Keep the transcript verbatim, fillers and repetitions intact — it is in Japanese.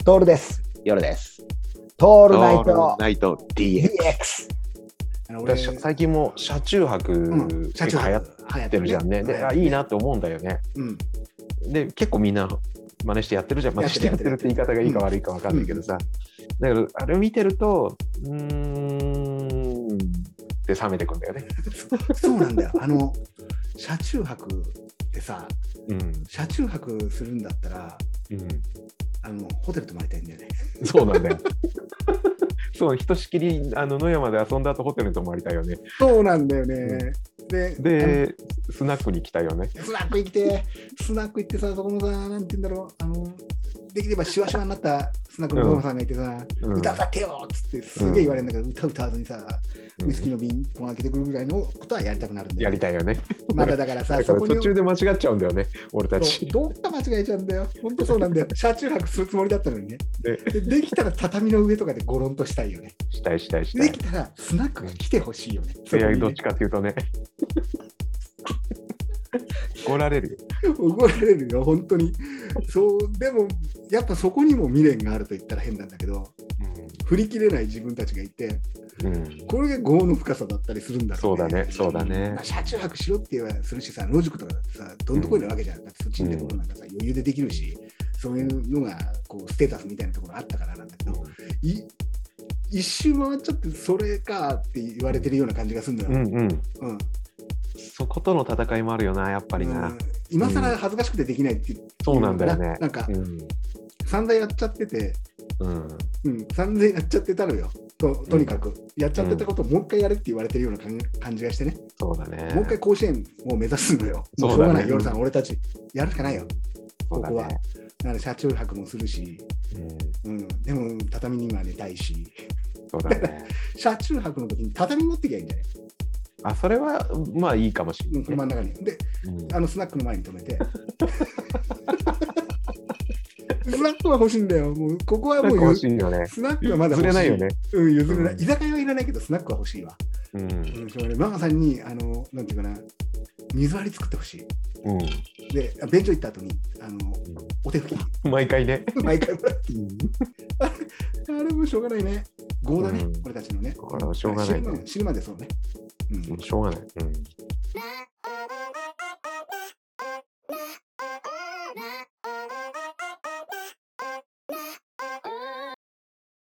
トールです。 夜です。 トールナイオールトナイト ディーエックス。 ディーエックス。あの俺私最近も車中泊うん車中結構流行泊ってるじゃんね。で、あ、いいなって思うんだよね。 うんで、結構みんな真似してやってるじゃん。真似してやってるって言い方がいいか悪いか分かんないけどさ。だけど、あれを見てると、うーんって冷めてくんだよね。 そうなんだよ。あの車中泊ってさ、 うん。 車中泊するんだったら、 うん。 あのホテル泊まりたいんだよね。 そうなんだよ。そう、ひとしきりあの野山で遊んだ後ホテルに泊まりたいよね。 そうなんだよね。 うんで、 で、スナックに行きたいよね。 スナック行って、スナック行ってさ、そこのさ、なんて言うんだろう、あの、できればシワシワになったスナックのママさんがいてさ、 うん歌歌ってよっつってすげえ言われるんだけど、歌歌わずにさ、ウイスキーの瓶こう開けてくるぐらいのことはやりたくなるんだよ。 やりたいよね。 まだだからさ、 だからそこに途中で間違っちゃうんだよね、俺たち。 どっか間違えちゃうんだよ。本当そうなんだよ。車中泊するつもりだったのにね。 で、 で、できたら畳の上とかでゴロンとしたいよね。 したいしたいしたい。 できたらスナックが来てほしいよね。 いや、どっちかっていうとね。怒られるよ。 怒られるよ、本当に。そう、でも、やっぱそこにも未練があると言ったら変なんだけど、振り切れない自分たちがいて、 うん。うん、 これが業の深さだったりするんだろうね。 そうだね、そうだね。 まあ、車中泊しろって言えばするしさ、野宿とかだってさ、どんとこいなわけじゃん。だってそっちにいることなんかさ、余裕でできるし、そういうのがこうステータスみたいなところあったからなんだけど、い一周回っちゃって、それかって言われてるような感じがするんだよ。 うんうん。 うんそことの戦いもあるよな、やっぱりな。 うん、今更恥ずかしくてできないっていう、 そうなんだよね。 なんか、 うん、 散々やっちゃってて、 うんうん、散々やっちゃってたのよ。と, とにかく、やっちゃってたことをもう一回やれって言われてるような感じがしてね。 そうだね。 もう一回甲子園を目指すのよ。 そうだね。 もうしょうがない、夜さん、俺たち、やるしかないよ。 こここは。だから車中泊もするし、うんうん、でも畳には寝たいし。 そうだね。 車中泊の時に畳持ってきゃいいんじゃない？ あ、それはまあいいかもしれない、ね。 車の中に。で、うん、あのスナックの前に止めて。スナックは欲しいんだよ。もうここはもう欲しいよね。 スナックはまだ欲しい。 譲れないよね。 うん、譲れない。居酒屋はいらないけど、スナックは欲しいわ。うん。うん、ママさんに、あの、なんていうかな、水割り作ってほしい。うん。で、便所行った後に、あの、うん、お手拭き。 毎回ね。 毎回もらって。あれもしょうがないね。業だね、うん、俺たちのね。 だからしょうがない、ね。 死ぬまでそうね。 うん。しょうがない。うん。